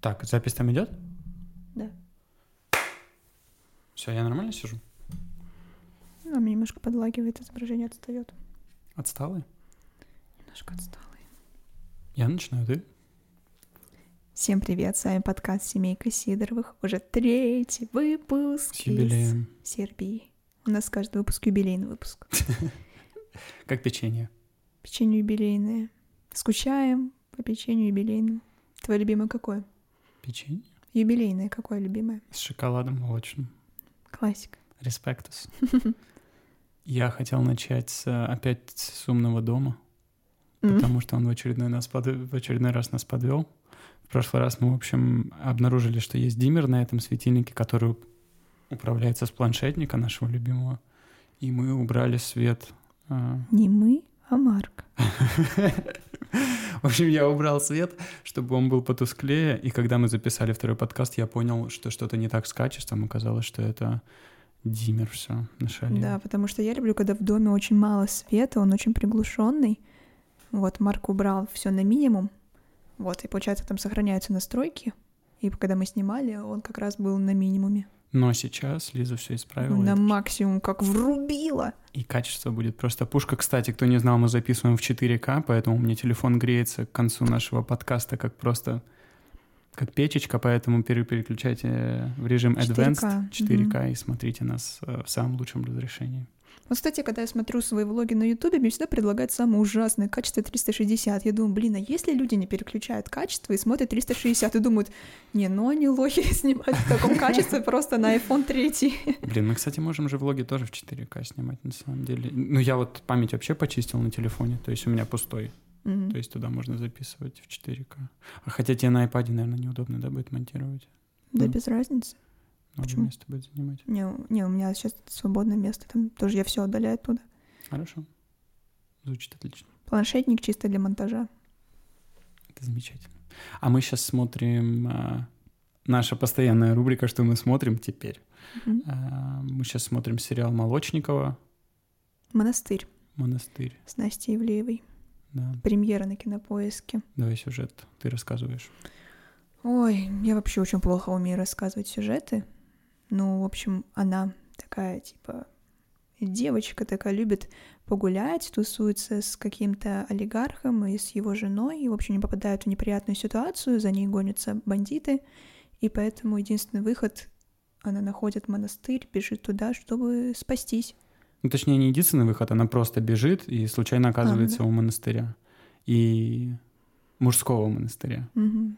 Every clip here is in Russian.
Так, запись там идет? Да. Все, я нормально сижу? Ну, меня немножко подлагивает, изображение отстает. Отсталый? Немножко отсталый. Я начинаю, ты? Всем привет, с вами подкаст «Семейка Сидоровых». Уже 3-й выпуск С юбилеем. из Сербии. У нас каждый выпуск юбилейный выпуск. Как печенье. Печенье юбилейное. Скучаем по печенью юбилейному. Твое любимое какое? Печенье? Юбилейное какое любимое? С шоколадом молочным. Классика. Респектус. Я хотел начать опять с «Умного дома», потому что он в очередной раз нас подвел. В прошлый раз мы, в общем, обнаружили, что есть диммер на этом светильнике, который управляется с планшетника нашего любимого, и мы убрали свет. Не мы, а Марк. В общем, я убрал свет, чтобы он был потусклее, и когда мы записали второй подкаст, я понял, что что-то не так с качеством, оказалось, что это диммер все нашалил. Да, потому что я люблю, когда в доме очень мало света, он очень приглушенный. Вот, Марк убрал все на минимум. Вот, и получается, там сохраняются настройки. И когда мы снимали, он как раз был на минимуме. Но сейчас Лиза все исправила. На максимум, как врубила. И качество будет просто пушка. Кстати, кто не знал, мы записываем в 4К, поэтому у меня телефон греется к концу нашего подкаста как печечка, поэтому переключайте в режим Advanced 4К и смотрите нас в самом лучшем разрешении. Вот, кстати, когда я смотрю свои влоги на Ютубе, мне всегда предлагают самое ужасное качество 360. Я думаю, а если люди не переключают качество и смотрят 360 и думают, они лохи снимать в таком качестве просто на iPhone 3. Мы, кстати, можем же влоги тоже в 4К снимать, на самом деле. Ну, я вот память вообще почистил на телефоне, то есть у меня пустой. То есть туда можно записывать в 4К. А хотя тебе на iPad, наверное, неудобно, да, будет монтировать? Да, без разницы. Много места будет занимать. Не, у меня сейчас свободное место, там тоже я все удаляю оттуда. Хорошо. Звучит отлично. Планшетник чисто для монтажа. Это замечательно. А мы сейчас смотрим... наша постоянная рубрика «Что мы смотрим теперь». Мы сейчас смотрим сериал Молочникова. «Монастырь». «Монастырь». С Настей Ивлеевой. Да. Премьера на Кинопоиске. Давай сюжет ты рассказываешь. Ой, я вообще очень плохо умею рассказывать сюжеты. Ну, в общем, она такая, девочка такая, любит погулять, тусуется с каким-то олигархом и с его женой, и, в общем, не попадают в неприятную ситуацию, за ней гонятся бандиты, и поэтому единственный выход — она находит монастырь, бежит туда, чтобы спастись. Ну, точнее, не единственный выход, она просто бежит и случайно оказывается у монастыря. И мужского монастыря. Угу.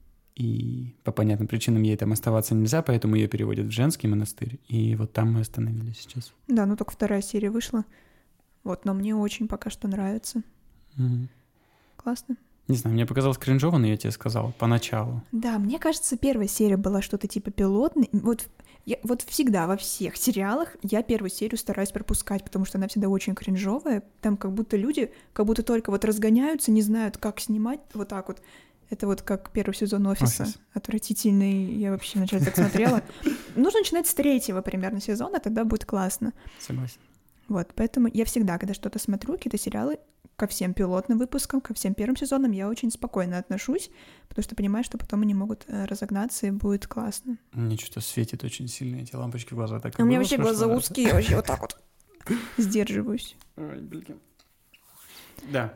И по понятным причинам ей там оставаться нельзя, поэтому ее переводят в женский монастырь. И вот там мы остановились сейчас. Да, только 2 серия вышла. Вот, но мне очень пока что нравится. Угу. Классно. Не знаю, мне показалось кринжово, но я тебе сказал, поначалу. Да, мне кажется, 1 серия была что-то типа пилотной. Вот всегда во всех сериалах я 1 серию стараюсь пропускать, потому что она всегда очень кринжовая. Там как будто люди только вот разгоняются, не знают, как снимать вот так вот. Это вот как 1 сезон «Офиса». Отвратительный. Я вообще вначале так смотрела. Нужно начинать с 3-го примерно сезона, тогда будет классно. Согласен. Вот, поэтому я всегда, когда что-то смотрю, какие-то сериалы, ко всем пилотным выпускам, ко всем 1 сезонам я очень спокойно отношусь, потому что понимаю, что потом они могут разогнаться, и будет классно. Мне что-то светит очень сильно, эти лампочки в глаза. Так у меня вообще глаза узкие, вообще вот так вот сдерживаюсь. Ой, блин. Да.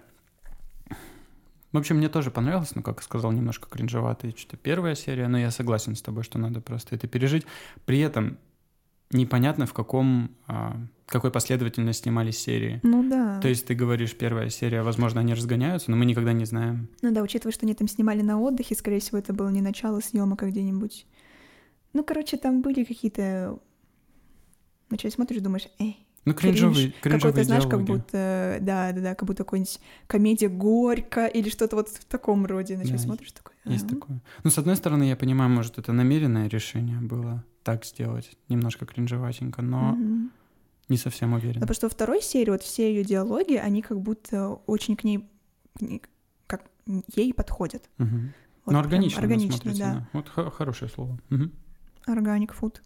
В общем, мне тоже понравилось, но, как сказал, немножко кринжеватая что-то 1 серия, но я согласен с тобой, что надо просто это пережить. При этом непонятно, в какой последовательности снимались серии. Ну да. То есть ты говоришь, 1 серия, возможно, они разгоняются, но мы никогда не знаем. Ну да, учитывая, что они там снимали на отдыхе, скорее всего, это было не начало съемок, а где-нибудь. Ну, короче, там были какие-то... Вначале смотришь, думаешь, ну, кринжовый какой-то, знаешь, диалоги. как будто, да, как будто какой-нибудь комедия «Горько» или что-то вот в таком роде. Вначале смотришь, такой... Есть такое. Ну, с одной стороны, я понимаю, может, это намеренное решение было так сделать, немножко кринжеватенько, но не совсем уверен. Потому что во 2 серии вот все ее диалоги, они как будто очень к ней, как ей подходят. Вот но органично смотрится. Да. Вот хорошее слово. Органик фуд.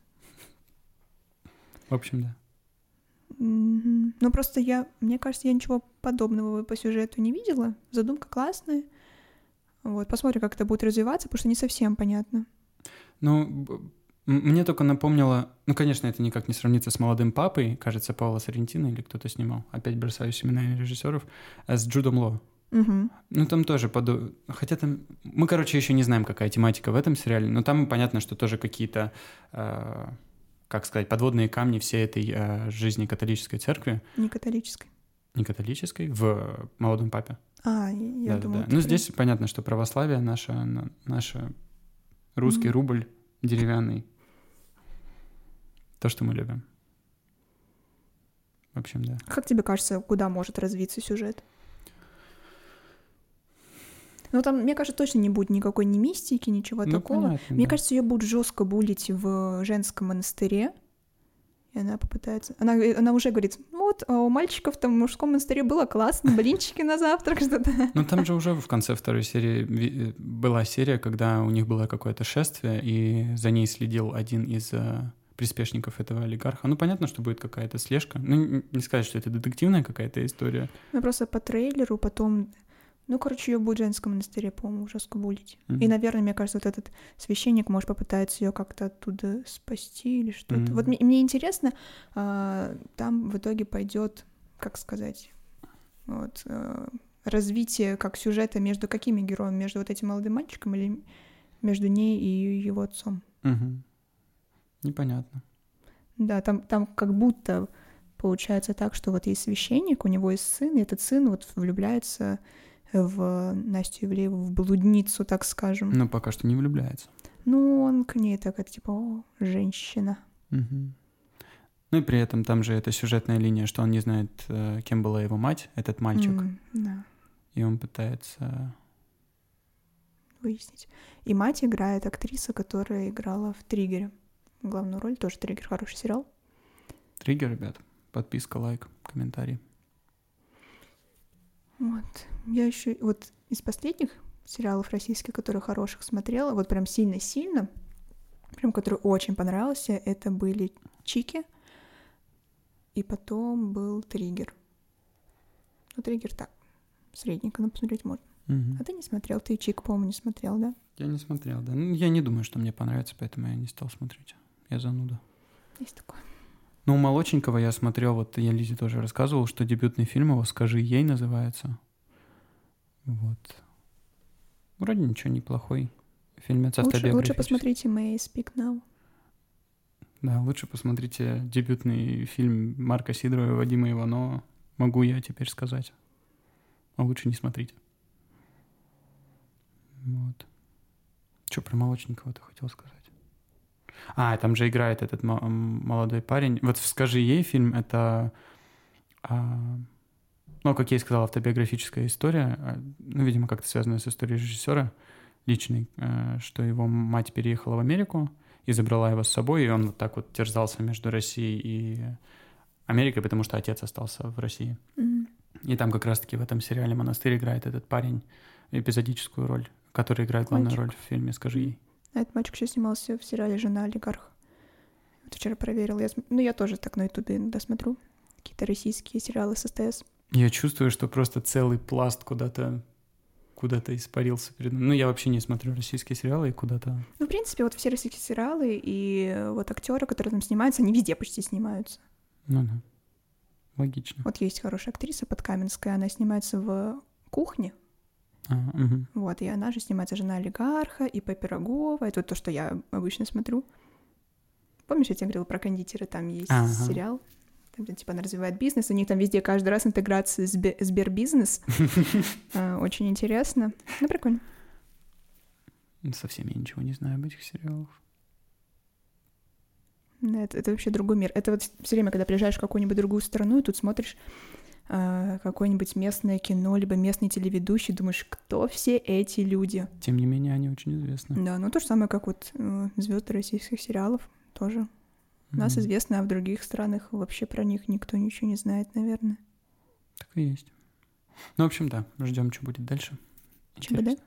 В общем, да. Ну, просто мне кажется, я ничего подобного по сюжету не видела. Задумка классная. Вот, посмотрим, как это будет развиваться, потому что не совсем понятно. Ну, мне только напомнило... Ну, конечно, это никак не сравнится с «Молодым папой», кажется, Паоло Соррентино или кто-то снимал, опять бросаюсь имена режиссеров, с Джудом Лоу. Угу. Ну, там тоже... Хотя там... Мы, короче, еще не знаем, какая тематика в этом сериале, но там понятно, что тоже какие-то, как сказать, подводные камни всей этой жизни католической церкви. Не католической. Не католической, в «Молодом папе». Я думала... Ну, здесь понятно, что православие наше русский рубль деревянный. То, что мы любим. В общем, да. Как тебе кажется, куда может развиться сюжет? Ну, там, мне кажется, точно не будет никакой ни мистики, ничего такого. Понятно, Мне кажется, ее будут жестко булить в женском монастыре. И она попытается... Она уже говорит, вот, а у мальчиков там в мужском монастыре было классно, блинчики на завтрак, что-то. Ну, там же уже в конце второй серии была серия, когда у них было какое-то шествие, и за ней следил один из приспешников этого олигарха. Ну, понятно, что будет какая-то слежка. Ну, не сказать, что это детективная какая-то история. Ну, просто по трейлеру потом... Ну, короче, ее будет в женском монастыре, по-моему, жестко булить. И, наверное, мне кажется, вот этот священник, может, попытается ее как-то оттуда спасти или что-то. Вот мне интересно, там в итоге пойдет, как сказать, вот, развитие как сюжета между какими героями? Между вот этим молодым мальчиком или между ней и его отцом? Непонятно. Да, там как будто получается так, что вот есть священник, у него есть сын, и этот сын вот влюбляется в Настю Ивлееву, в блудницу, так скажем. Но пока что не влюбляется. Ну, он к ней так, типа, о, женщина. Ну и при этом там же эта сюжетная линия, что он не знает, кем была его мать, этот мальчик. Да. И он пытается... выяснить. И мать играет актриса, которая играла в «Триггере». Главную роль, тоже «Триггер», хороший сериал. «Триггер», ребят. Подписка, лайк, комментарий. Вот. Я еще вот из последних сериалов российских, которые хороших смотрела, вот прям сильно-сильно, прям который очень понравился, это были «Чики», и потом был «Триггер». Ну, «Триггер» так, средненько, но посмотреть можно. А ты не смотрел? Ты «Чик», по-моему, не смотрел, да? Я не смотрел, да. Ну, я не думаю, что мне понравится, поэтому я не стал смотреть. Я зануда. Есть такое. Ну, у молоденького я смотрел, вот я Лизе тоже рассказывал, что дебютный фильм его «Скажи ей» называется. Вот. Вроде ничего неплохой. Фильмец автобиографический. Лучше посмотрите «May I Speak Now». Да, лучше посмотрите дебютный фильм Марка Сидорова и Вадима Иванова. Могу я теперь сказать. А лучше не смотрите. Вот. Что про молоденького ты хотел сказать? Там же играет этот молодой парень. Вот «Скажи ей» фильм — это, ну, как я и сказал, автобиографическая история, ну, видимо, как-то связанная с историей режиссера личной, что его мать переехала в Америку и забрала его с собой, и он вот так вот терзался между Россией и Америкой, потому что отец остался в России. И там как раз-таки в этом сериале «Монастырь» играет этот парень эпизодическую роль, который играет главную роль в фильме «Скажи ей». А этот мальчик еще снимался в сериале «Жена олигарха». Вот вчера проверила. Я тоже так на ютубе иногда смотрю. Какие-то российские сериалы с СТС. Я чувствую, что просто целый пласт куда-то испарился перед мной. Ну, я вообще не смотрю российские сериалы и куда-то... Ну, в принципе, вот все российские сериалы и вот актеры, которые там снимаются, они везде почти снимаются. Ну да, логично. Вот есть хорошая актриса Подкаменская, она снимается в «Кухне». Вот, и она же снимается «Жена олигарха», и «По Пирогова». Это вот то, что я обычно смотрю. Помнишь, я тебе говорила про кондитера? Там есть сериал. Там, типа, она развивает бизнес. У них там везде каждый раз интеграция Сбербизнес. Очень интересно. Ну, прикольно. Совсем я ничего не знаю об этих сериалах. Это вообще другой мир. Это вот все время, когда приезжаешь в какую-нибудь другую страну, и тут смотришь какое-нибудь местное кино, либо местный телеведущий, думаешь, кто все эти люди? Тем не менее, они очень известны. Да, ну то же самое, как вот звезды российских сериалов тоже. У нас известно, а в других странах вообще про них никто ничего не знает, наверное. Так и есть. Ну, в общем, да, ждем, что будет дальше. ЧБД?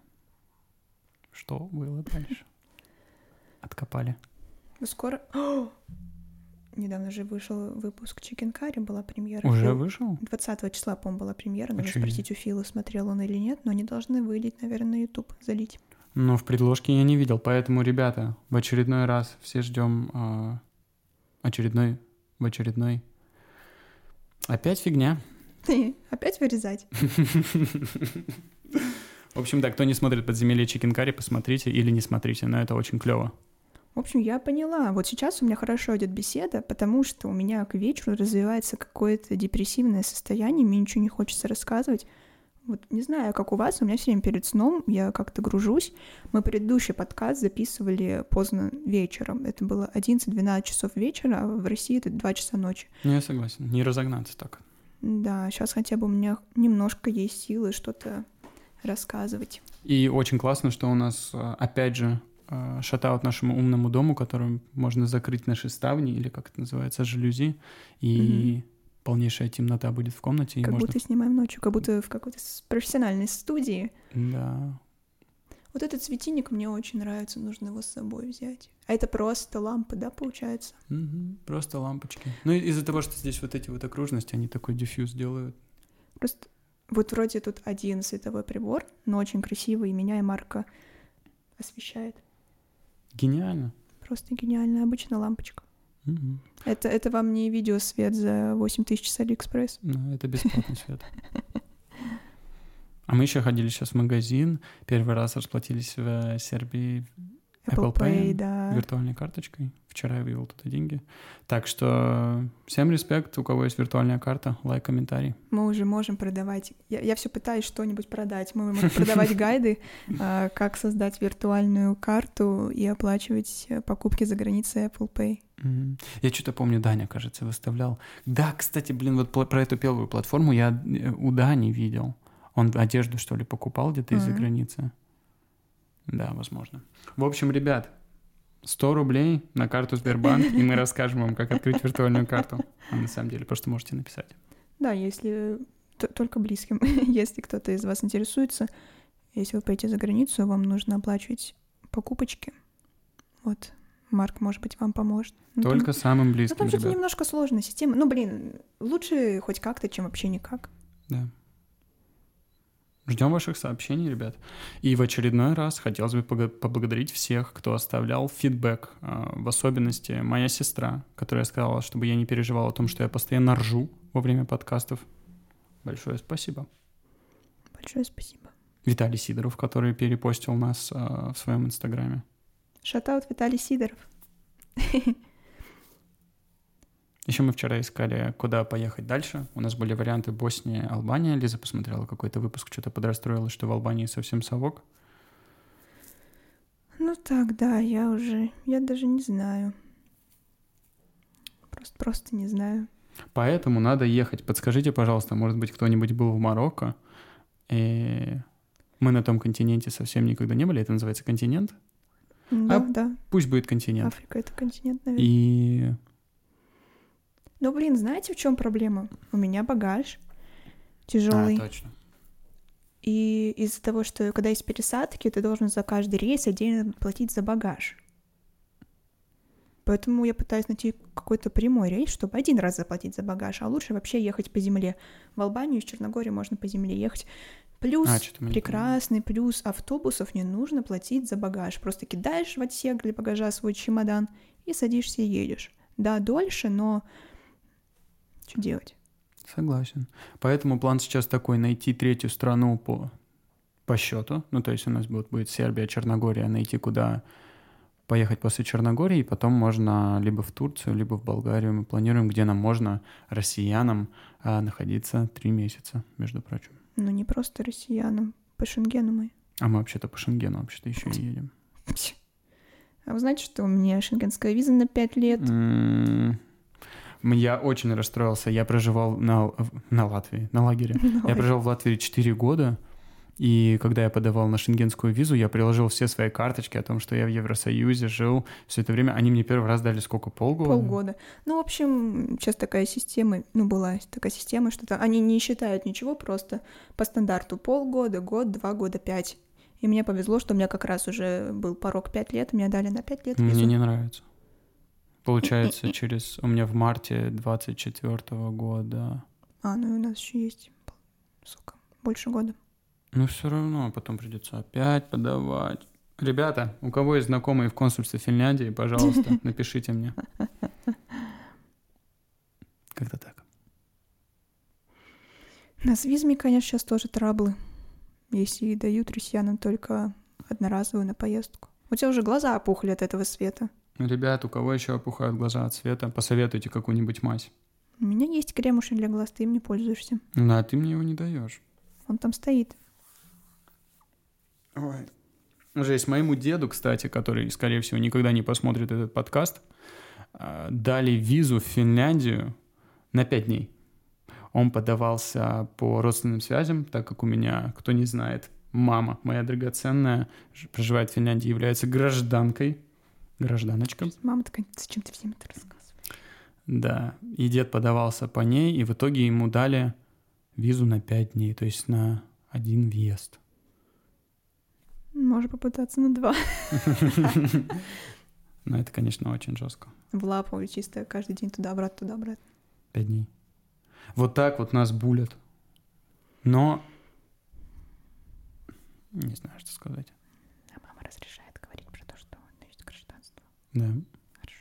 Что было дальше? Откопали. Скоро... недавно же вышел выпуск Chicken Curry, была премьера. Уже вышел? 20 числа, по-моему, была премьера. Нужно Офигеть. спросить у Фила, смотрел он или нет, но они должны вылить, наверное, на YouTube, залить. Но в предложке я не видел, поэтому, ребята, в очередной раз все ждем очередной. Опять фигня. Опять вырезать. В общем, да, кто не смотрит «Подземелье Chicken Curry», посмотрите или не смотрите, но это очень клево. В общем, я поняла. Вот сейчас у меня хорошо идет беседа, потому что у меня к вечеру развивается какое-то депрессивное состояние, мне ничего не хочется рассказывать. Вот не знаю, как у вас, у меня все время перед сном я как-то гружусь. Мы предыдущий подкаст записывали поздно вечером. Это было 11-12 часов вечера, а в России это 2 часа ночи. Ну, я согласен, не разогнаться так. Да, сейчас хотя бы у меня немножко есть силы что-то рассказывать. И очень классно, что у нас, опять же, шатаут нашему умному дому, которым можно закрыть наши ставни, или как это называется, жалюзи, и полнейшая темнота будет в комнате. Как и будто снимаем ночью, как будто в какой-то профессиональной студии. Да. Вот этот светильник мне очень нравится, нужно его с собой взять. А это просто лампы, да, получается? Просто лампочки. Ну, из-за того, что здесь вот эти вот окружности, они такой диффьюз делают. Просто вот вроде тут один световой прибор, но очень красивый, и меня, и Марка освещает. Гениально. Просто гениальная обычная лампочка. Это вам не видеосвет за 8000 с Алиэкспресс. Ну, это бесплатный свет. А мы еще ходили сейчас в магазин, первый раз расплатились в Сербии Apple Pay, да. Виртуальной карточкой. Вчера я вывел туда деньги. Так что всем респект, у кого есть виртуальная карта, лайк, комментарий. Мы уже можем продавать. Я все пытаюсь что-нибудь продать. Мы можем продавать гайды, как создать виртуальную карту и оплачивать покупки за границей Apple Pay. Я что-то помню, Даня, кажется, выставлял. Да, кстати, вот про эту первую платформу я у Дани видел. Он одежду, что ли, покупал где-то из-за границы. Да, возможно. В общем, ребят, 100 рублей на карту Сбербанк, и мы расскажем вам, как открыть виртуальную карту. А на самом деле, просто можете написать. Да, если только близким. Если кто-то из вас интересуется, если вы поедете за границу, вам нужно оплачивать покупочки. Вот, Марк, может быть, вам поможет. Только самым близким, там ребят. что-то немножко сложная система. Лучше хоть как-то, чем вообще никак. Да. Ждем ваших сообщений, ребят. И в очередной раз хотелось бы поблагодарить всех, кто оставлял фидбэк. В особенности моя сестра, которая сказала, чтобы я не переживал о том, что я постоянно ржу во время подкастов. Большое спасибо. Большое спасибо. Виталий Сидоров, который перепостил нас в своем инстаграме. Шатаут Виталий Сидоров. Еще мы вчера искали, куда поехать дальше. У нас были варианты Босния, Албания. Лиза посмотрела какой-то выпуск, что-то подрастроилась, что в Албании совсем совок. Ну так, да, я даже не знаю. Просто не знаю. Поэтому надо ехать. Подскажите, пожалуйста, может быть, кто-нибудь был в Марокко? И мы на том континенте совсем никогда не были. Это называется континент? Да. Пусть будет континент. Африка — это континент, наверное. И... знаете, в чем проблема? У меня багаж тяжелый. точно. И из-за того, что когда есть пересадки, ты должен за каждый рейс отдельно платить за багаж. Поэтому я пытаюсь найти какой-то прямой рейс, чтобы один раз заплатить за багаж, а лучше вообще ехать по земле. В Албанию из Черногории можно по земле ехать. Плюс прекрасный плюс автобусов не нужно платить за багаж. Просто кидаешь в отсек для багажа свой чемодан и садишься и едешь. Да, дольше, но что делать? Согласен. Поэтому план сейчас такой: найти третью страну по счету. Ну, то есть у нас будет Сербия, Черногория, найти куда поехать после Черногории, и потом можно либо в Турцию, либо в Болгарию. Мы планируем, где нам можно, россиянам, находиться 3 месяца, между прочим. Ну, не просто россиянам, по Шенгену мы. А мы вообще-то по Шенгену вообще-то еще и едем. А вы знаете, что у меня шенгенская виза на 5 лет? Я очень расстроился. Я проживал на Латвии, на лагере. Я прожил в Латвии 4 года, и когда я подавал на шенгенскую визу, я приложил все свои карточки о том, что я в Евросоюзе жил все это время. Они мне первый раз дали сколько? Полгода? Полгода. Ну, в общем, сейчас такая система, была такая система, что они не считают ничего, просто по стандарту полгода, год, 2 года, 5. И мне повезло, что у меня как раз уже был порог 5 лет, мне дали на 5 лет визу. Мне не нравится. Получается, у меня в марте 24-го года. Ну и у нас еще есть, больше года. Ну все равно потом придется опять подавать. Ребята, у кого есть знакомые в консульстве Финляндии, пожалуйста, напишите мне. Как-то так. С визами, конечно, сейчас тоже траблы. Если дают россиянам только одноразовую на поездку. У тебя уже глаза опухли от этого света. Ребят, у кого еще опухают глаза от света, посоветуйте какую-нибудь мазь. У меня есть кремушек для глаз, ты им не пользуешься. А ты мне его не даешь. Он там стоит. Ой. Уже есть моему деду, кстати, который, скорее всего, никогда не посмотрит этот подкаст, дали визу в Финляндию на 5 дней. Он подавался по родственным связям, так как у меня, кто не знает, мама моя драгоценная, проживает в Финляндии, является гражданочкой. Мама такая, зачем ты всем это рассказываешь? Да, и дед подавался по ней, и в итоге ему дали визу на 5 дней, то есть на 1 въезд. Можно попытаться на 2. Но это, конечно, очень жестко. В лапу чисто каждый день туда-обратно, туда-обратно. 5 дней. Вот так вот нас булят. Но не знаю, что сказать. А мама разрешает говорить про то, что он есть гражданство. Да. Хорошо.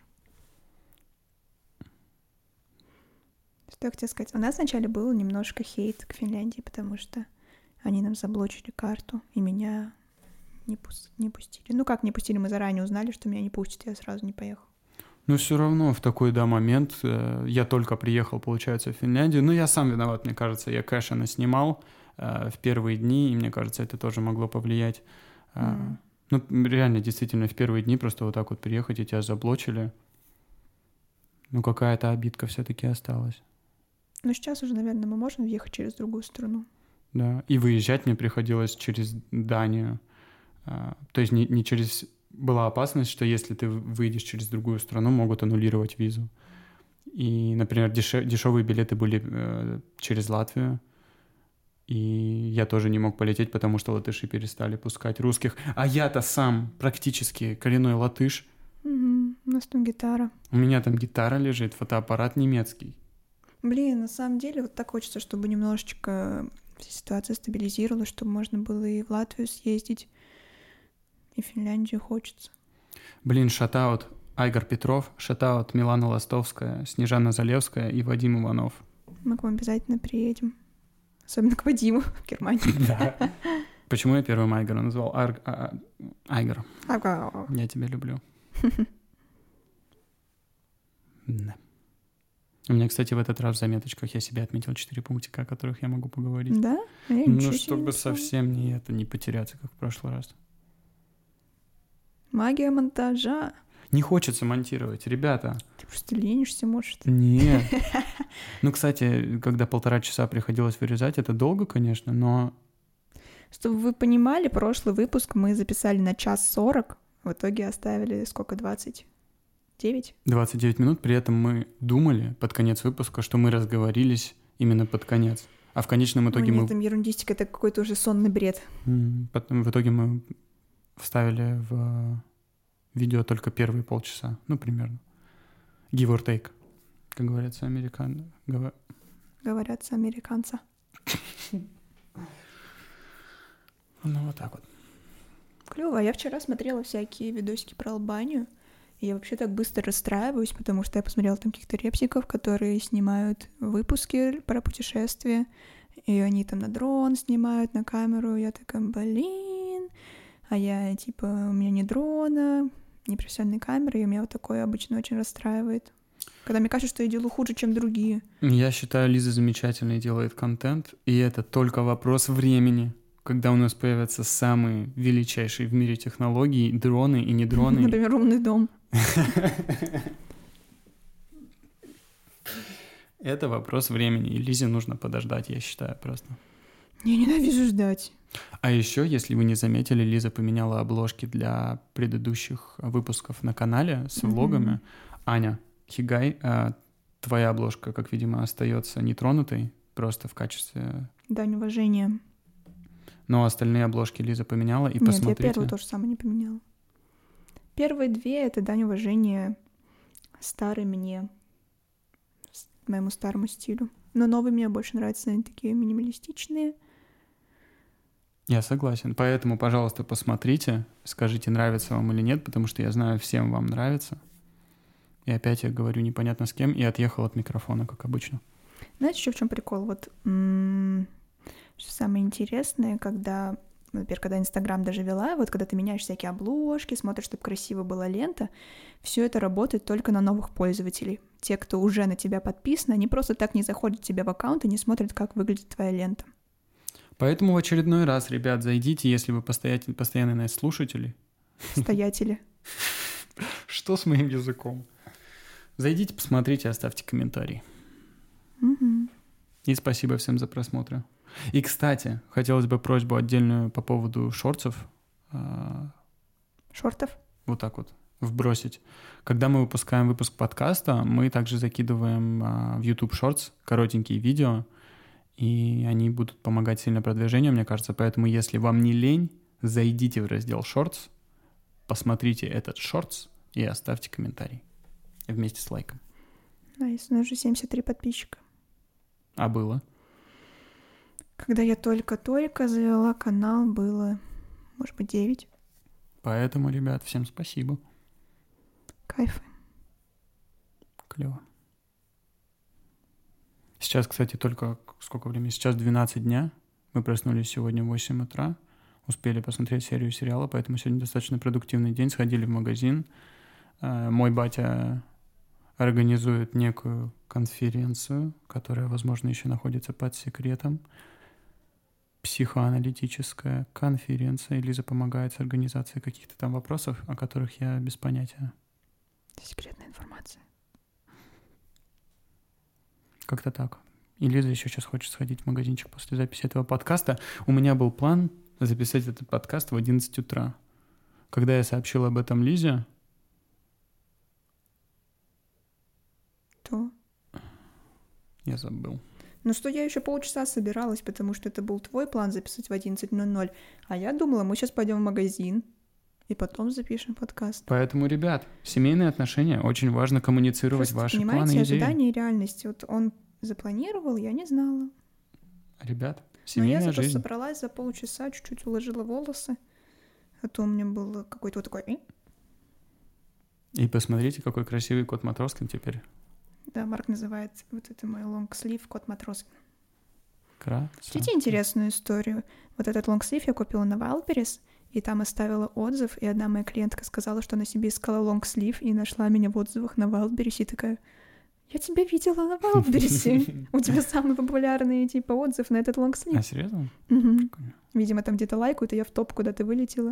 Что я хотела сказать? У нас вначале был немножко хейт к Финляндии, потому что они нам заблочили карту, и меня не пустили. Ну как не пустили? Мы заранее узнали, что меня не пустят, я сразу не поехал. Но все равно в такой, момент я только приехал, получается, в Финляндию. Ну, я сам виноват, мне кажется, я кэша наснимал в первые дни, и мне кажется, это тоже могло повлиять. Ну, реально, действительно, в первые дни просто вот так вот приехать, и тебя заблочили. Ну, какая-то обидка все-таки осталась. Ну, сейчас уже, наверное, мы можем въехать через другую страну. Да, и выезжать мне приходилось через Данию. То есть не через... Была опасность, что если ты выйдешь через другую страну, могут аннулировать визу. И, например, дешевые билеты были через Латвию. И я тоже не мог полететь, потому что латыши перестали пускать русских. А я-то сам практически коренной латыш. У нас там гитара. У меня там гитара лежит, фотоаппарат немецкий. Блин, на самом деле вот так хочется, чтобы немножечко вся ситуация стабилизировалась, чтобы можно было и в Латвию съездить, и в Финляндию хочется. Блин, шатаут Айгор Петров, шатаут Милана Ластовская, Снежана Залевская и Вадим Иванов. Мы к вам обязательно приедем. Особенно к Вадиму в Германии. Да. Почему я первым Айгора назвал? Айгор. Я тебя люблю. Да. У меня, кстати, в этот раз в заметочках я себе отметил 4 пунктика, о которых я могу поговорить. Да? Ну, чтобы совсем не потеряться, как в прошлый раз. Магия монтажа. Не хочется монтировать, ребята. Ты просто ленишься, может? Нет. Ну, кстати, когда 1,5 часа приходилось вырезать, это долго, конечно, но... Чтобы вы понимали, прошлый выпуск мы записали на 1:40, в итоге оставили сколько, 29? 29 минут, при этом мы думали под конец выпуска, что мы разговорились именно под конец. А в конечном итоге мы... Там ерундистика, это какой-то уже сонный бред. Потом в итоге мы вставили в видео только первые полчаса, ну, примерно. Give or take, как говорятся американцы. Говорятся американцы. Ну, вот так вот. Клево. Я вчера смотрела всякие видосики про Албанию, и я вообще так быстро расстраиваюсь, потому что я посмотрела там каких-то репсиков, которые снимают выпуски про путешествия, и они там на дрон снимают, на камеру. Я такая, блин, а я, типа, у меня не дрона, не профессиональной камеры, и меня вот такое обычно очень расстраивает. Когда мне кажется, что я делаю хуже, чем другие. Я считаю, Лиза замечательно делает контент, и это только вопрос времени, когда у нас появятся самые величайшие в мире технологии, дроны и не дроны. Например, умный дом. Это вопрос времени, и Лизе нужно подождать, я считаю, просто. Я ненавижу ждать. А еще, если вы не заметили, Лиза поменяла обложки для предыдущих выпусков на канале с влогами. Аня, Хигай, твоя обложка, как видимо, остается нетронутой, просто в качестве... Дань уважения. Но остальные обложки Лиза поменяла, и посмотрите. Нет, я первую тоже самое не поменяла. Первые 2 — это дань уважения старый мне, моему старому стилю. Но новые мне больше нравятся, они такие минималистичные. Я согласен. Поэтому, пожалуйста, посмотрите, скажите, нравится вам или нет, потому что я знаю, всем вам нравится. И опять я говорю непонятно с кем и отъехал от микрофона, как обычно. Знаете, еще в чем прикол? Вот что самое интересное, когда, например, когда Инстаграм даже вела, вот когда ты меняешь всякие обложки, смотришь, чтобы красиво была лента, все это работает только на новых пользователей. Те, кто уже на тебя подписан, они просто так не заходят к тебе в аккаунт и не смотрят, как выглядит твоя лента. Поэтому в очередной раз, ребят, зайдите, если вы постоянные наши слушатели. Стоятели. Что с моим языком? Зайдите, посмотрите, оставьте комментарий. И спасибо всем за просмотр. И, кстати, хотелось бы просьбу отдельную по поводу шортов. Шортов? Вот так вот вбросить. Когда мы выпускаем выпуск подкаста, мы также закидываем в YouTube Shorts коротенькие видео, и они будут помогать сильно продвижению, мне кажется. Поэтому, если вам не лень, зайдите в раздел Shorts, посмотрите этот Shorts и оставьте комментарий вместе с лайком. Найс, у нас уже 73 подписчика. А было? Когда я только-только завела канал, было, может быть, 9. Поэтому, ребят, всем спасибо. Кайф. Клево. Сейчас, кстати, только сколько времени? Сейчас 12 дня. Мы проснулись сегодня в 8 утра. Успели посмотреть серию сериала, поэтому сегодня достаточно продуктивный день. Сходили в магазин. Мой батя организует некую конференцию, которая, возможно, еще находится под секретом. Психоаналитическая конференция. Лиза помогает с организацией каких-то там вопросов, о которых я без понятия. Секретная информация. Как-то так. И Лиза еще сейчас хочет сходить в магазинчик после записи этого подкаста. У меня был план записать этот подкаст в 11 утра. Когда я сообщил об этом Лизе... То? Я забыл. Ну что, я еще полчаса собиралась, потому что это был твой план записать в 11:00. А я думала, мы сейчас пойдем в магазин и потом запишем подкаст. Поэтому, ребят, семейные отношения очень важно коммуницировать просто, ваши планы и понимаете, идеи. ожидания и реальность. Вот он запланировал, я не знала. Ребят, Но семейная я зато жизнь. собралась за полчаса, чуть-чуть уложила волосы. А то у меня был какой-то вот такой... И посмотрите, какой красивый кот Матроскин теперь. Да, Марк называет вот это мой лонгслив кот Матроскин. Красава. Хотите интересную историю? Вот этот лонгслив я купила на Wildberries, и там оставила отзыв, и одна моя клиентка сказала, что она себе искала лонгслив и нашла меня в отзывах на Wildberries, и такая: я тебя видела на Wildberries. У тебя самый популярный типа отзыв на этот лонгслив. А, серьезно? Видимо, там где-то лайкают, и я в топ куда-то вылетела.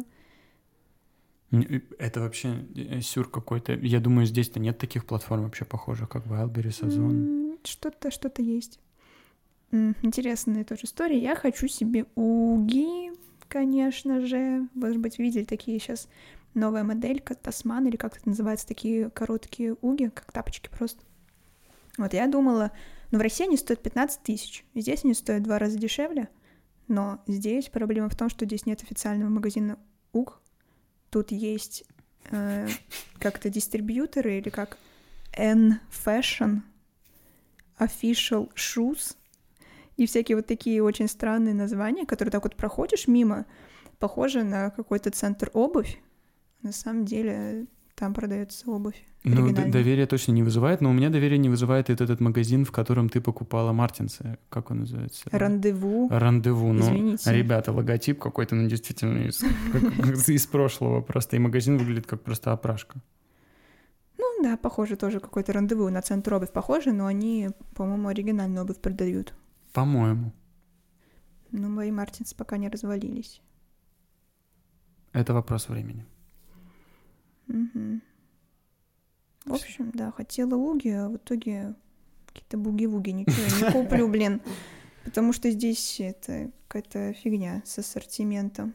Это вообще сюр какой-то. Я думаю, здесь-то нет таких платформ вообще похожих, как Wildberries, Озон. Что-то есть. Интересная тоже история. Я хочу себе уги, конечно же. Может быть, видели такие сейчас новая моделька, Тасман, или как это называется, такие короткие уги, как тапочки просто. Вот я думала, в России они стоят 15 тысяч. Здесь они стоят в 2 раза дешевле. Но здесь проблема в том, что здесь нет официального магазина уг. Тут есть как-то дистрибьюторы или как N-Fashion, Official Shoes и всякие вот такие очень странные названия, которые так вот проходишь мимо, похоже на какой-то центр обувь. На самом деле там продается обувь. Ну, доверие точно не вызывает, но у меня доверие не вызывает этот магазин, в котором ты покупала мартинсы. Как он называется? Рандеву. Рандеву. Ну, извините. Ребята, логотип какой-то, ну, действительно, из прошлого просто. И магазин выглядит как просто опрашка. Ну, да, похоже тоже какой-то рандеву. На центр обувь похоже, но они, по-моему, оригинальную обувь продают. По-моему. Ну, мои мартинсы пока не развалились. Это вопрос времени. Угу. В общем, да, хотела уги, а в итоге какие-то буги-вуги, ничего не куплю, блин. Потому что здесь это какая-то фигня с ассортиментом.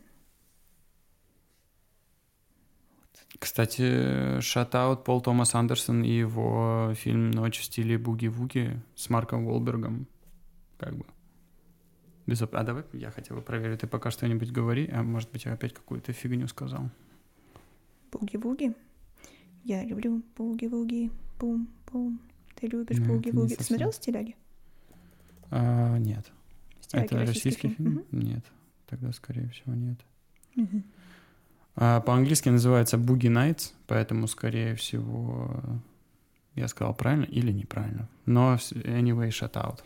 Кстати, шатаут Пол Томас Андерсон и его фильм «Ночь в стиле буги-вуги» с Марком Уолбергом. Как бы. А давай я хотел бы проверить, ты пока что-нибудь говори, а может быть я опять какую-то фигню сказал. Буги-вуги? Я люблю буги-вуги, бум-бум. Ты любишь Ну, это не буги-вуги. Ты совсем. смотрел «Стиляги»? Нет. «Стиляги» Это российский фильм? Мгм. Нет. Тогда, скорее всего, нет. Мгм. По-английски называется Boogie Nights, поэтому, скорее всего, я сказал правильно или неправильно. Но anyway, shout out.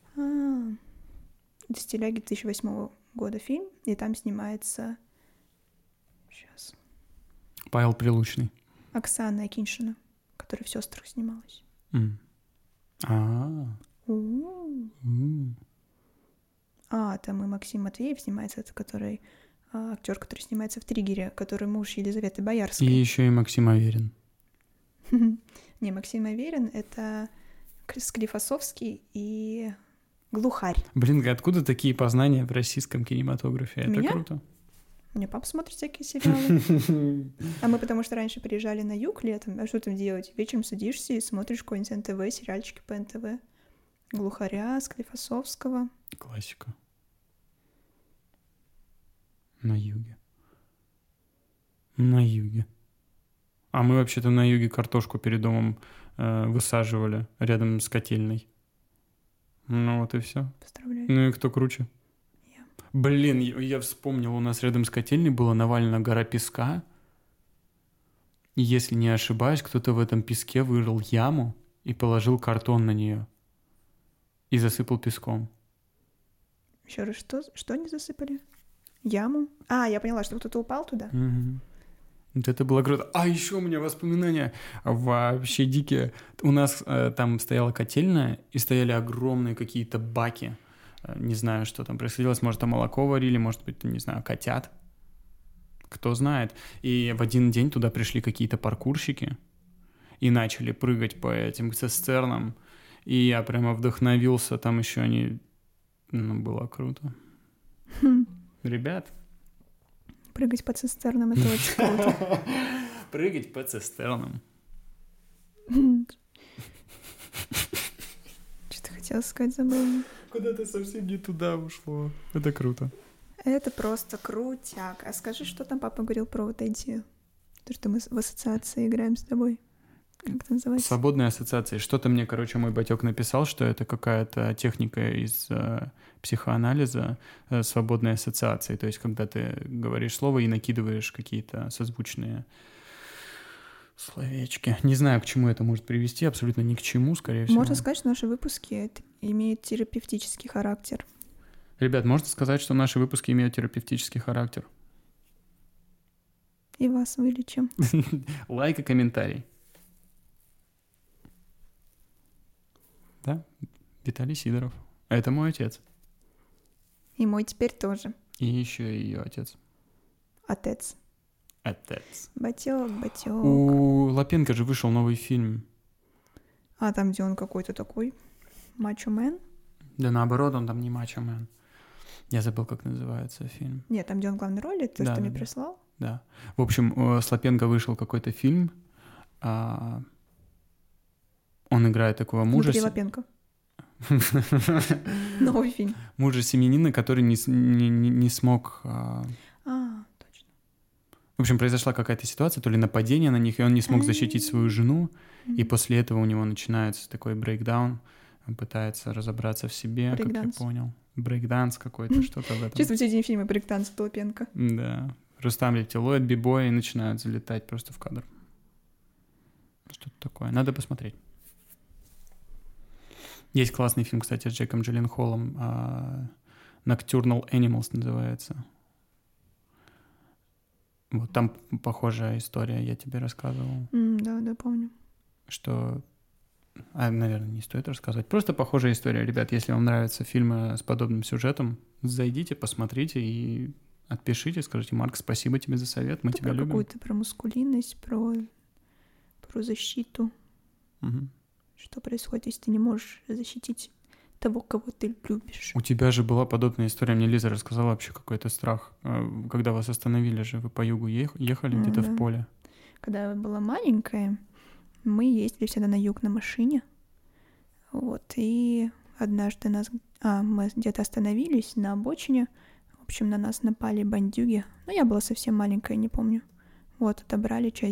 Это «Стиляги» 2008 года фильм, и там снимается сейчас Павел Прилучный. Оксана Акиньшина, которая в «Сёстрах» снималась. М. У-у-у. Там и Максим Матвеев снимается, это который актер, который снимается в «Триггере», который муж Елизаветы И Боярской. еще и Максим Аверин. Не, Максим Аверин — это Склифосовский и Глухарь. Блин, откуда такие познания в российском кинематографе? Это Меня? круто. У меня папа смотрит всякие сериалы. А мы потому что раньше приезжали на юг летом, а что там делать? Вечером садишься и смотришь какой-нибудь НТВ, сериальчики по НТВ. Глухаря, Склифосовского. Классика. На юге. На юге. А мы вообще-то на юге картошку перед домом высаживали рядом с котельной. Ну вот и все. Поздравляю. Ну и кто круче? Я. Блин, я вспомнил, у нас рядом с котельной была навалена гора песка. И если не ошибаюсь, кто-то в этом песке вырыл яму и положил картон на нее. И засыпал песком. Еще раз, что они засыпали? Яму? Я поняла, что кто-то упал туда. Угу. Вот это было круто. А еще у меня воспоминания вообще дикие. У нас там стояла котельная, и стояли огромные какие-то баки. Не знаю, что там происходило. Может, там молоко варили, может быть, не знаю, котят. Кто знает. И в один день туда пришли какие-то паркурщики и начали прыгать по этим цистернам. И я прямо вдохновился. Там еще они... было круто. Ребят. Прыгать по цистернам — это очень круто. Прыгать по цистернам. Что ты хотела сказать, забыла? Куда-то совсем не туда ушло. Это круто. Это просто крутяк. А скажи, что там папа говорил про вот эти... То, что мы в ассоциации играем с тобой. Как это называется? Свободные ассоциации. Что-то мне, мой батек написал, что это какая-то техника из психоанализа свободной ассоциации. То есть, когда ты говоришь слово и накидываешь какие-то созвучные словечки. Не знаю, к чему это может привести, абсолютно ни к чему, скорее всего. Можно сказать, что наши выпуски имеют терапевтический характер. Ребят, можно сказать, что наши выпуски имеют терапевтический характер? И вас вылечим. Лайк и комментарий. Да, Виталий Сидоров. Это мой отец. И мой теперь тоже. И еще и ее отец. Отец. Отец. Батек. У Лапенко же вышел новый фильм. Там, где он какой-то такой мачо-мен? Да наоборот, он там не мачо-мен. Я забыл, как называется фильм. Нет, там, где он в главной роли, ты Да, что да, мне да. прислал? Да. В общем, с Лапенко вышел какой-то фильм. Он играет такого мужа... Внутри Лапенко. Новый фильм. Мужа семьянина, который не смог... Точно. В общем, произошла какая-то ситуация, то ли нападение на них, и он не смог защитить свою жену, и после этого у него начинается такой брейкдаун, он пытается разобраться в себе, как я понял. Брейкданс какой-то, что-то в этом. Чисто в середине фильма брейкданс от Лапенко. Да. Рустам Лептилоид, бибой, и начинают залетать просто в кадр. Что-то такое. Надо посмотреть. Есть классный фильм, кстати, с Джейком Джилленхолом. Nocturnal Animals называется. Вот там похожая история, я тебе рассказывал. Да, помню. Что... наверное, не стоит рассказывать. Просто похожая история. Ребят, если вам нравятся фильмы с подобным сюжетом, зайдите, посмотрите и отпишите, скажите: Марк, спасибо тебе за совет, мы тебя любим. Какую-то про маскулинность, про защиту. Угу. Что происходит, если ты не можешь защитить того, кого ты любишь? У тебя же была подобная история. Мне Лиза рассказала вообще какой-то страх. Когда вас остановили же, вы по югу ехали где-то в поле. Когда я была маленькая, мы ездили всегда на юг на машине. Вот, и однажды мы где-то остановились на обочине. В общем, на нас напали бандюги. Но я была совсем маленькая, не помню. Вот, отобрали часть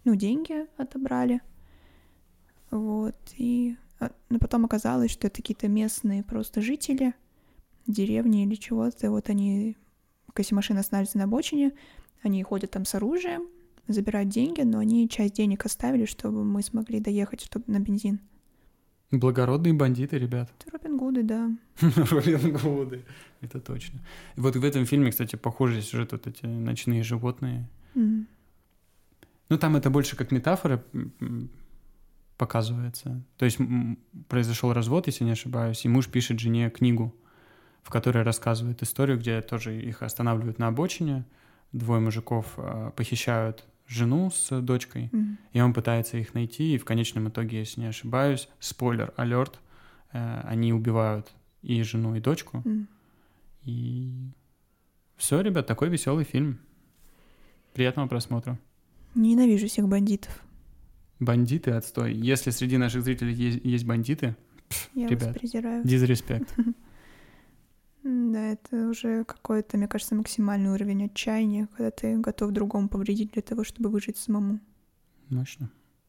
деньги отобрали. Вот, но потом оказалось, что это какие-то местные просто жители деревни или чего-то. Вот они, если машина останавливается на обочине, они ходят там с оружием, забирают деньги, но они часть денег оставили, чтобы мы смогли доехать на бензин. Благородные бандиты, ребят. Это Робин Гуды, да. Робин Гуды, это точно. Вот в этом фильме, кстати, похожий сюжет, вот эти ночные животные. Ну, там это больше как метафора показывается. То есть произошел развод, если не ошибаюсь, и муж пишет жене книгу, в которой рассказывает историю, где тоже их останавливают на обочине, двое мужиков похищают жену с дочкой, и он пытается их найти, и в конечном итоге, если не ошибаюсь, спойлер, алерт, они убивают и жену, и дочку. И все, ребят, такой веселый фильм. Приятного просмотра. Ненавижу всех бандитов. Бандиты, отстой. Если среди наших зрителей есть бандиты, я ребят, вас презираю. Дизреспект. Да, это уже какой-то, мне кажется, максимальный уровень отчаяния, когда ты готов другому повредить для того, чтобы выжить самому. Мощно.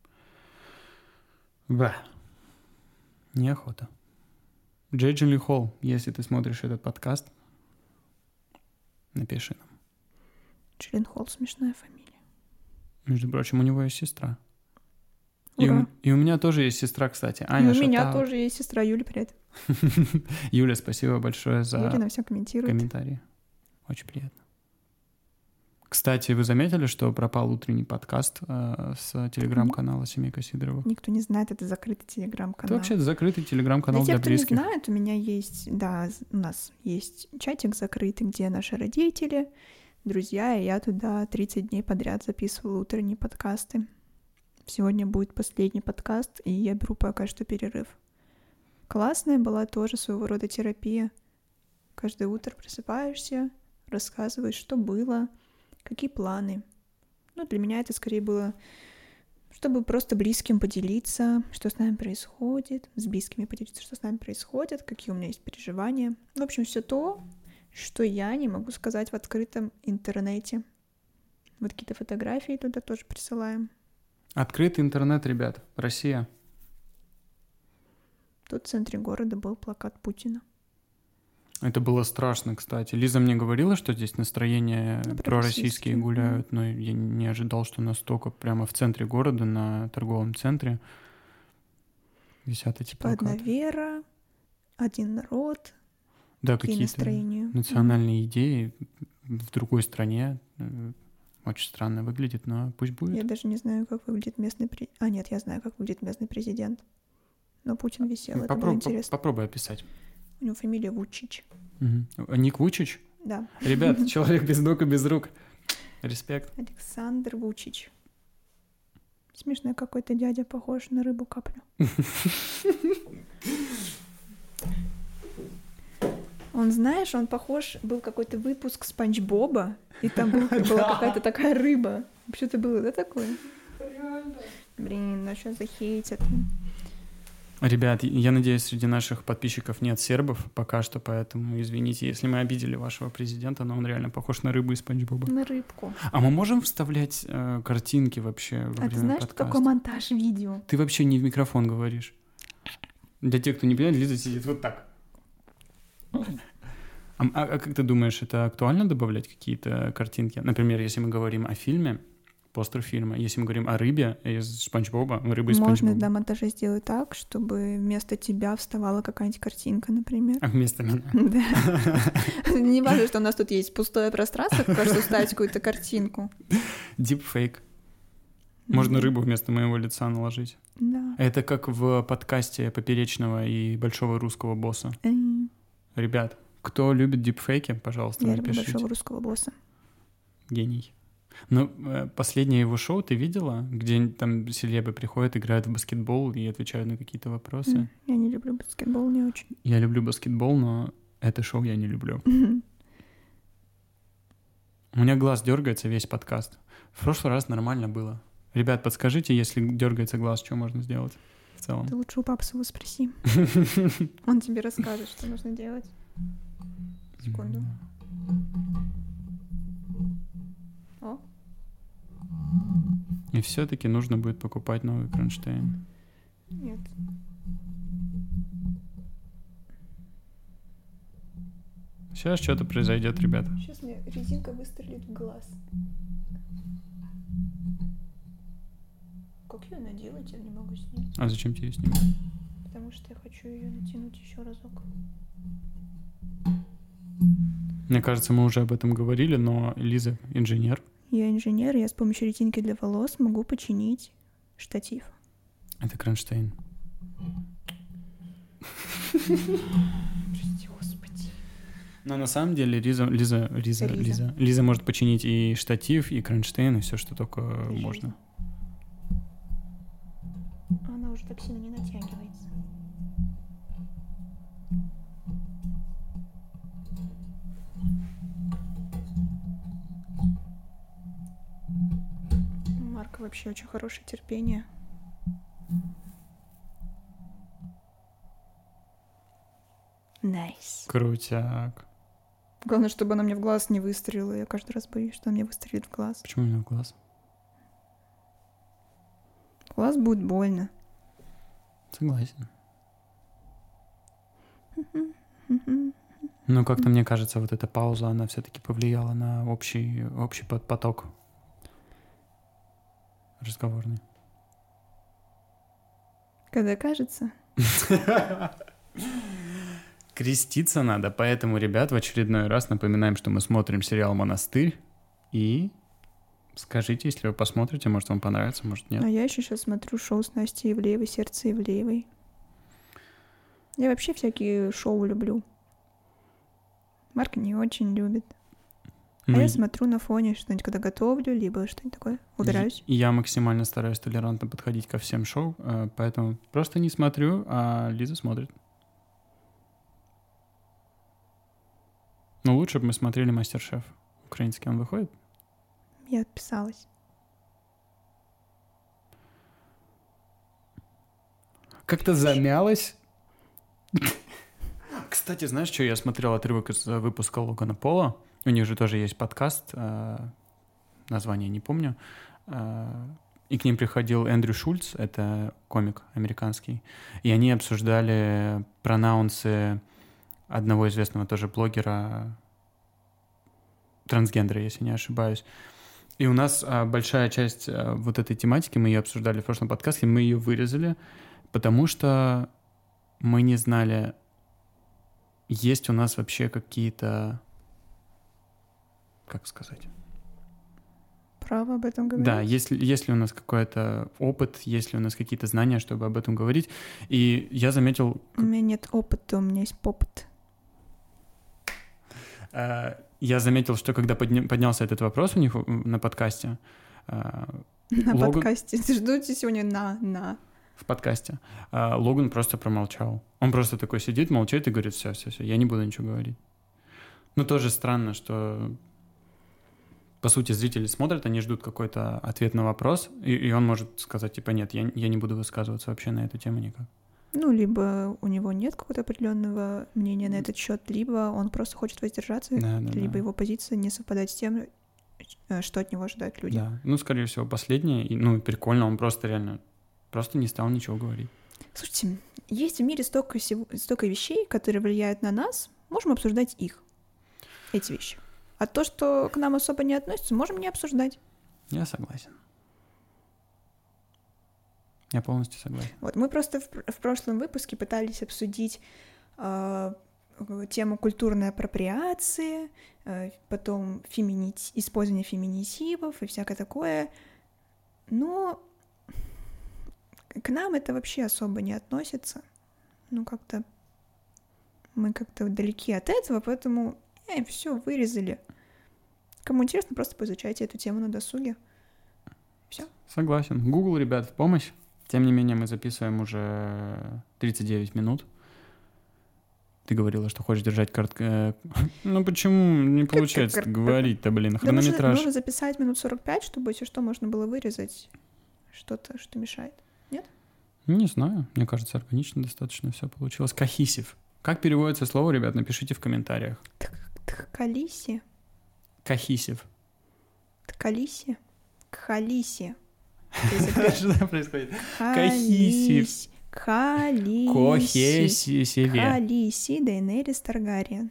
Да. Неохота. Джей Джилленхол, если ты смотришь этот подкаст, напиши нам. Джилленхол — смешная фамилия. Между прочим, у него есть сестра. И Ура. у меня тоже есть сестра, кстати. Аня, и у меня тоже есть сестра. Юля, привет. Юля, спасибо большое за Юля на всё комментирует. комментарии. Очень приятно. Кстати, вы заметили, что пропал утренний подкаст с телеграм-канала «Семейка Сидоровых»? Никто не знает, это закрытый телеграм-канал. Это вообще закрытый телеграм-канал для близких. Для тех, кто не знает, у меня есть, у нас есть чатик закрытый, где наши родители, друзья, и я туда 30 дней подряд записывала утренние подкасты. Сегодня будет последний подкаст, и я беру пока что перерыв. Классная была тоже своего рода терапия. Каждое утро просыпаешься, рассказываешь, что было, какие планы. Для меня это скорее было, чтобы просто близким поделиться, что с нами происходит, с близкими поделиться, что с нами происходит, какие у меня есть переживания. В общем, все то, что я не могу сказать в открытом интернете. Вот какие-то фотографии туда тоже присылаем. Открытый интернет, ребят, Россия. Тут в центре города был плакат Путина. Это было страшно, кстати. Лиза мне говорила, что здесь настроения пророссийские гуляют, но я не ожидал, что настолько прямо в центре города, на торговом центре висят эти плакаты. Одна вера, один народ, да, какие-то национальные идеи в другой стране. Очень странно выглядит, но пусть будет. Я даже не знаю, как выглядит местный президент. Нет, я знаю, как выглядит местный президент. Но Путин висел, это было интересно. Попробуй описать. У него фамилия Вучич. Ник Вучич? Да. Ребят, человек без ног и без рук. Респект. Александр Вучич. Смешной какой-то дядя, похож на рыбу-каплю. Он, знаешь, он похож, был какой-то выпуск Спанч Боба, и там была какая-то такая рыба. Вообще-то было, да, такое? Блин, ну сейчас захейтят. Ребят, я надеюсь, среди наших подписчиков нет сербов пока что, поэтому извините, если мы обидели вашего президента, но он реально похож на рыбу из Спанч Боба. На рыбку. А мы можем вставлять картинки вообще во время ты знаешь, подкаста? что такое монтаж видео? Ты вообще не в микрофон говоришь. Для тех, кто не понимает, Лиза сидит вот так. А как ты думаешь, это актуально добавлять какие-то картинки? Например, если мы говорим о фильме, постер фильма, если мы говорим о рыбе из Спанч Боба, рыба из Спанч Боба. Можно на монтаже сделать так, чтобы вместо тебя вставала какая-нибудь картинка, например. А вместо меня? Да. Не важно, что у нас тут есть пустое пространство, кажется, ставить какую-то картинку. Дипфейк. Можно рыбу вместо моего лица наложить. Да. Это как в подкасте Поперечного и Большого Русского Босса. Ребят, кто любит дипфейки, пожалуйста, напишите. напишите. Я люблю Большого Русского Босса. Гений. Ну, последнее его шоу ты видела, где там селебы приходят, играют в баскетбол и отвечают на какие-то вопросы? Я не люблю баскетбол, не очень. Я люблю баскетбол, но это шоу я не люблю. У меня глаз дергается весь подкаст. В прошлый раз нормально было. Ребят, подскажите, если дергается глаз, что можно сделать в целом? Ты лучше у Папсова спроси. Он тебе расскажет, что нужно делать. Секунду. О. И все-таки нужно будет покупать новый кронштейн. Нет. Сейчас что-то произойдет, ребята. Сейчас мне резинка выстрелит в глаз. Как ее наделать, я не могу снять. А зачем тебе ее снимать? Потому что я хочу ее натянуть еще разок. Мне кажется, мы уже об этом говорили, но Лиза инженер. Я инженер, я с помощью резинки для волос могу починить штатив. Это кронштейн. Прости, господи. Но на самом деле Лиза может починить и штатив, и кронштейн, и все, что только можно. Она уже так сильно не натягивается. У Марка вообще очень хорошее терпение. Найс. Крутяк. Главное, чтобы она мне в глаз не выстрелила. Я каждый раз боюсь, что она мне выстрелит в глаз. Почему именно в глаз? В глаз будет больно. Согласен. Но как-то мне кажется, вот эта пауза, она все-таки повлияла на общий поток разговорный. Когда кажется? Креститься надо, поэтому, ребят, в очередной раз напоминаем, что мы смотрим сериал «Монастырь», и скажите, если вы посмотрите, может, вам понравится, может, нет. А я еще сейчас смотрю шоу с Настей Ивлеевой «Сердце Ивлеевой». Я вообще всякие шоу люблю. Марк не очень любит. А я смотрю на фоне что-нибудь, когда готовлю, либо что-нибудь такое. Убираюсь. Я максимально стараюсь толерантно подходить ко всем шоу, поэтому просто не смотрю, а Лиза смотрит. Но лучше бы мы смотрели «Мастер-шеф». Украинский он выходит? Я отписалась. Как-то замялась. Кстати, знаешь, что я смотрел отрывок из выпуска Логана Пола? У них же тоже есть подкаст, название не помню. И к ним приходил Эндрю Шульц, это комик американский. И они обсуждали пронаунсы одного известного тоже блогера, трансгендера, если не ошибаюсь. И у нас большая часть вот этой тематики, мы ее обсуждали в прошлом подкасте, мы ее вырезали, потому что мы не знали, есть у нас вообще какие-то, как сказать? Право об этом говорить? Да, есть ли у нас какой-то опыт, есть ли у нас какие-то знания, чтобы об этом говорить. И я заметил... У меня нет опыта, у меня есть попыт. Я заметил, что когда поднялся этот вопрос у них на подкасте... Подкасте. Ждете сегодня на... В подкасте. Логан просто промолчал. Он просто такой сидит, молчит и говорит, все, я не буду ничего говорить. Ну, тоже странно, что... По сути, зрители смотрят, они ждут какой-то ответ на вопрос, и он может сказать, типа, нет, я не буду высказываться вообще на эту тему никак. Ну, либо у него нет какого-то определенного мнения на этот счет, либо он просто хочет воздержаться, либо его позиция не совпадает с тем, что от него ожидают люди. Да, ну, скорее всего, последнее. И, ну, прикольно, он просто реально не стал ничего говорить. Слушайте, есть в мире столько вещей, которые влияют на нас, можем обсуждать их, эти вещи. А то, что к нам особо не относится, можем не обсуждать. Я согласен. Я полностью согласен. Вот, мы просто в прошлом выпуске пытались обсудить тему культурной апроприации, потом использование феминитивов и всякое такое. Но к нам это вообще особо не относится. Ну, как-то мы как-то далеки от этого, поэтому все вырезали. Кому интересно, просто поизучайте эту тему на досуге. Все. Согласен. Google, ребят, в помощь. Тем не менее, мы записываем уже 39 минут. Ты говорила, что хочешь держать карту. Ну почему не получается говорить-то, блин? Хронометраж. Нужно записать минут 45, чтобы, если что, можно было вырезать что-то, что мешает. Нет? Не знаю. Мне кажется, органично достаточно все получилось. Кохисив. Как переводится слово, ребят, напишите в комментариях. Ткалиси. Кохисив. Ткалиси. Кхалиси. Что происходит? Кахисив. Кохесиве. Калиси Дейнерис Таргариен.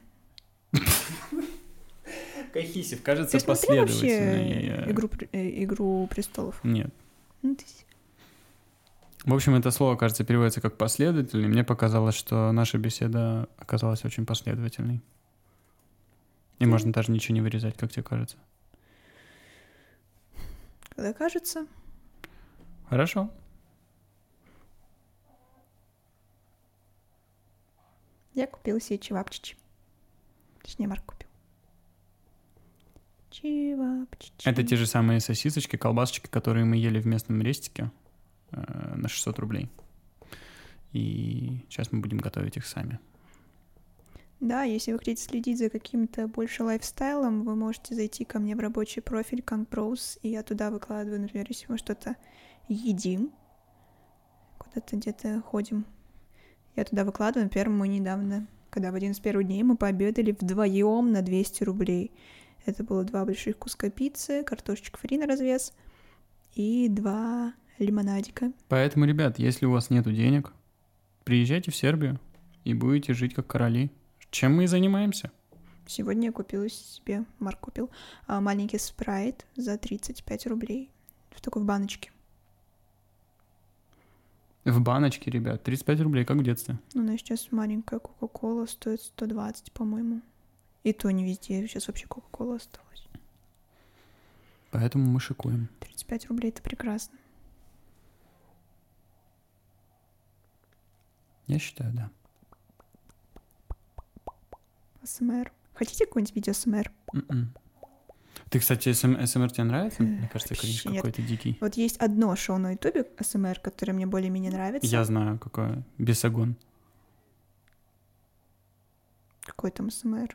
Кахисив, кажется, Ты смотрел последовательный. вообще «Игру престолов»? Нет. Ну, В общем, это слово, кажется, переводится как последовательный. Мне показалось, что наша беседа оказалась очень последовательной. И можно даже ничего не вырезать, как тебе кажется. Когда кажется. Хорошо. Я купила себе чевапчичи. Точнее, Марк купил. Чевапчичи. Это те же самые сосисочки, колбасочки, которые мы ели в местном рестике на 600 рублей. И сейчас мы будем готовить их сами. Да, если вы хотите следить за каким-то больше лайфстайлом, вы можете зайти ко мне в рабочий профиль Kangbros, и я туда выкладываю, например, если мы что-то едим, куда-то где-то ходим. Я туда выкладываю, например, мы недавно, когда в один из первых дней мы пообедали вдвоем на 200 рублей. Это было 2 больших куска пиццы, картошечка фри на развес и 2 лимонадика. Поэтому, ребят, если у вас нету денег, приезжайте в Сербию и будете жить как короли. Чем мы и занимаемся. Сегодня я купила себе, Марк купил, маленький спрайт за 35 рублей. В такой баночке. В баночке, ребят, 35 рублей, как в детстве. Ну, она сейчас маленькая Кока-Кола стоит 120, по-моему. И то не везде, сейчас вообще Кока-Кола осталась. Поэтому мы шикуем. 35 рублей — это прекрасно. Я считаю, да. АСМР. Хотите какой-нибудь видео АСМР? Ты, кстати, СМР тебе нравится? Мне кажется, кринж какой-то дикий. Вот есть одно шоу на Ютубе АСМР, которое мне более-менее нравится. Я знаю, какое. Бесогон. Какой там АСМР?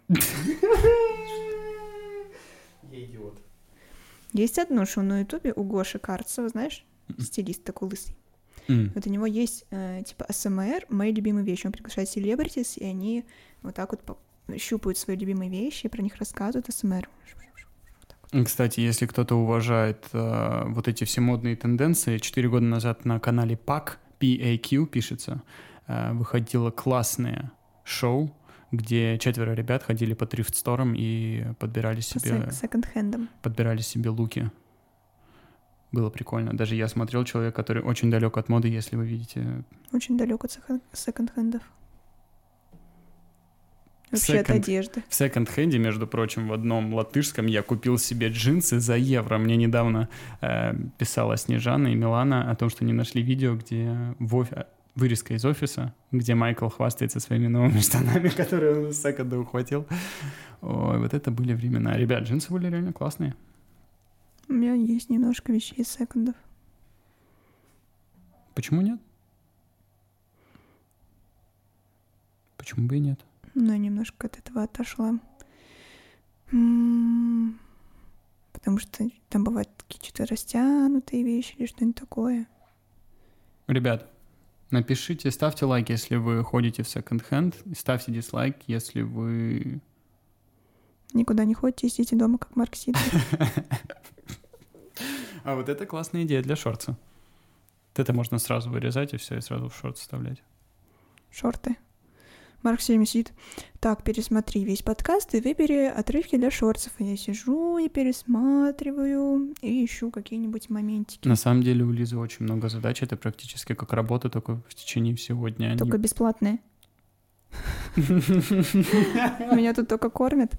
Я идиот. Есть одно шоу на Ютубе у Гоши Карцева, знаешь? Стилист такой лысый. Вот у него есть типа АСМР, мои любимые вещи. Он приглашает селебритис, и они вот так вот щупают свои любимые вещи, про них рассказывают. АСМР. Кстати, если кто-то уважает вот эти все модные тенденции, 4 года назад на канале PAQ, P-A-Q пишется, выходило классное шоу, где 4 ребят ходили по трифт-сторам и подбирали себе... Секонд-хендом. Подбирали себе луки. Было прикольно. Даже я смотрел человек, который очень далек от моды, если вы видите. Очень далек от секонд-хендов. Вообще от одежды. В секонд-хенде, между прочим, в одном латышском я купил себе джинсы за евро. Мне недавно писала Снежана и Милана о том, что они нашли видео, где вырезка из офиса, где Майкл хвастается своими новыми штанами, которые он из секонда ухватил. Ой, вот это были времена. Ребят, джинсы были реально классные. У меня есть немножко вещей из секондов. Почему нет? Почему бы и нет? Ну, я немножко от этого отошла. Потому что там бывают какие-то растянутые вещи или что-нибудь такое. Ребят, напишите, ставьте лайк, если вы ходите в секонд-хенд, и ставьте дизлайк, если вы... Никуда не ходите, сидите дома, как Марк Сидор. А вот это классная идея для шортса. Это можно сразу вырезать и все, и сразу в шорт вставлять. Шорты. Марк все время сидит. Так, пересмотри весь подкаст и выбери отрывки для шортсов. И я сижу и пересматриваю, и ищу какие-нибудь моментики. На самом деле у Лизы очень много задач. Это практически как работа, только в течение всего дня. Только бесплатные. Меня тут только кормят.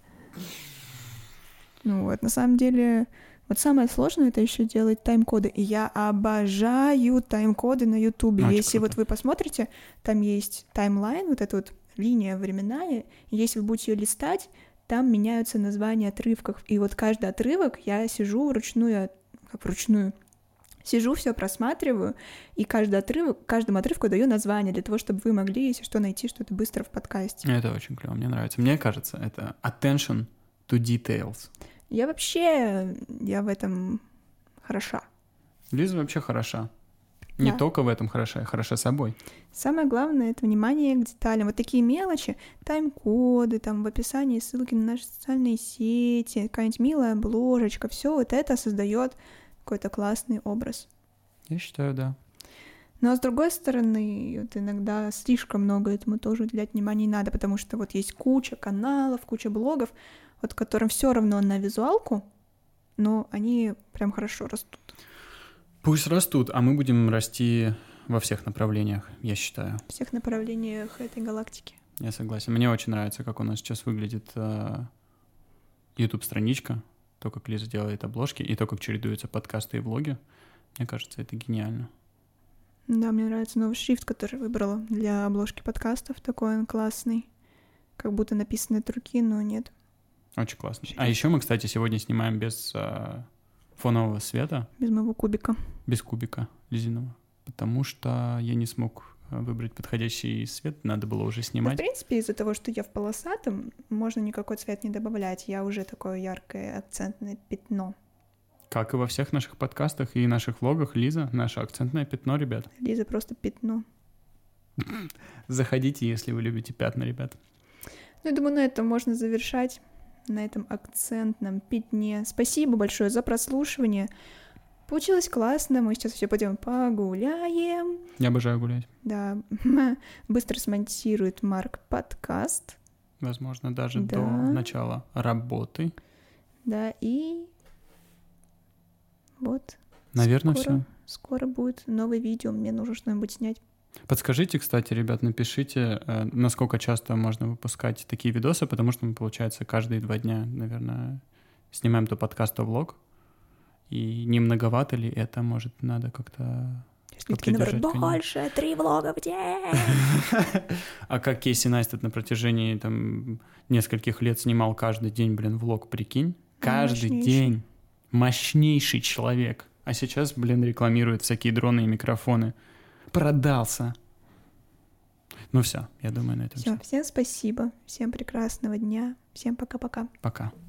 Ну вот, на самом деле... Вот самое сложное — это еще делать тайм-коды. И я обожаю тайм-коды на Ютубе. Если вот вы посмотрите, там есть таймлайн, вот эта вот линия временная. И если вы будете ее листать, там меняются названия отрывков. И вот каждый отрывок я сижу вручную, сижу, все просматриваю, и каждому отрывку даю название для того, чтобы вы могли, если что, найти что-то быстро в подкасте. Это очень клево, мне нравится. Мне кажется, это attention to details. Я в этом хороша. Лиза вообще хороша. Не только в этом хороша, хороша собой. Самое главное — это внимание к деталям. Вот такие мелочи, тайм-коды, там в описании ссылки на наши социальные сети, какая-нибудь милая обложечка, все вот это создает какой-то классный образ. Я считаю, да. Но с другой стороны, вот иногда слишком много этому тоже уделять внимания не надо, потому что вот есть куча каналов, куча блогов, вот которым все равно на визуалку, но они прям хорошо растут. Пусть растут, а мы будем расти во всех направлениях, я считаю. В всех направлениях этой галактики. Я согласен. Мне очень нравится, как у нас сейчас выглядит YouTube-страничка, то, как Лиза делает обложки, и то, как чередуются подкасты и влоги. Мне кажется, это гениально. Да, мне нравится новый шрифт, который выбрала для обложки подкастов. Такой он классный. Как будто написано от руки, но нет. Очень классно. А еще мы, кстати, сегодня снимаем без фонового света. Без моего кубика. Без кубика Лизиного. Потому что я не смог выбрать подходящий свет, надо было уже снимать. В принципе, из-за того, что я в полосатом, можно никакой цвет не добавлять. Я уже такое яркое акцентное пятно. Как и во всех наших подкастах и наших влогах, Лиза — наше акцентное пятно, ребят. Лиза просто пятно. Заходите, если вы любите пятна, ребят. Ну, я думаю, на этом можно завершать, на этом акцентном пятне. Спасибо большое за прослушивание. Получилось классно, мы сейчас все пойдем погуляем. Я обожаю гулять. Да, быстро смонтирует Марк подкаст. Возможно, даже до начала работы. Да, и вот. Наверное, все. Скоро будет новое видео, мне нужно что-нибудь снять. Подскажите, кстати, ребят, напишите, насколько часто можно выпускать такие видосы, потому что мы, получается, каждые 2 дня, наверное, снимаем то подкаст, то влог. И не многовато ли это? Может, надо как-то... Больше 3 влога в день! А как Кейси Найстат на протяжении там нескольких лет снимал каждый день, влог, прикинь? Каждый день. Мощнейший человек. А сейчас, рекламирует всякие дроны и микрофоны. Продался. Ну все, я думаю, на этом все. Всем спасибо. Всем прекрасного дня. Всем пока-пока. Пока.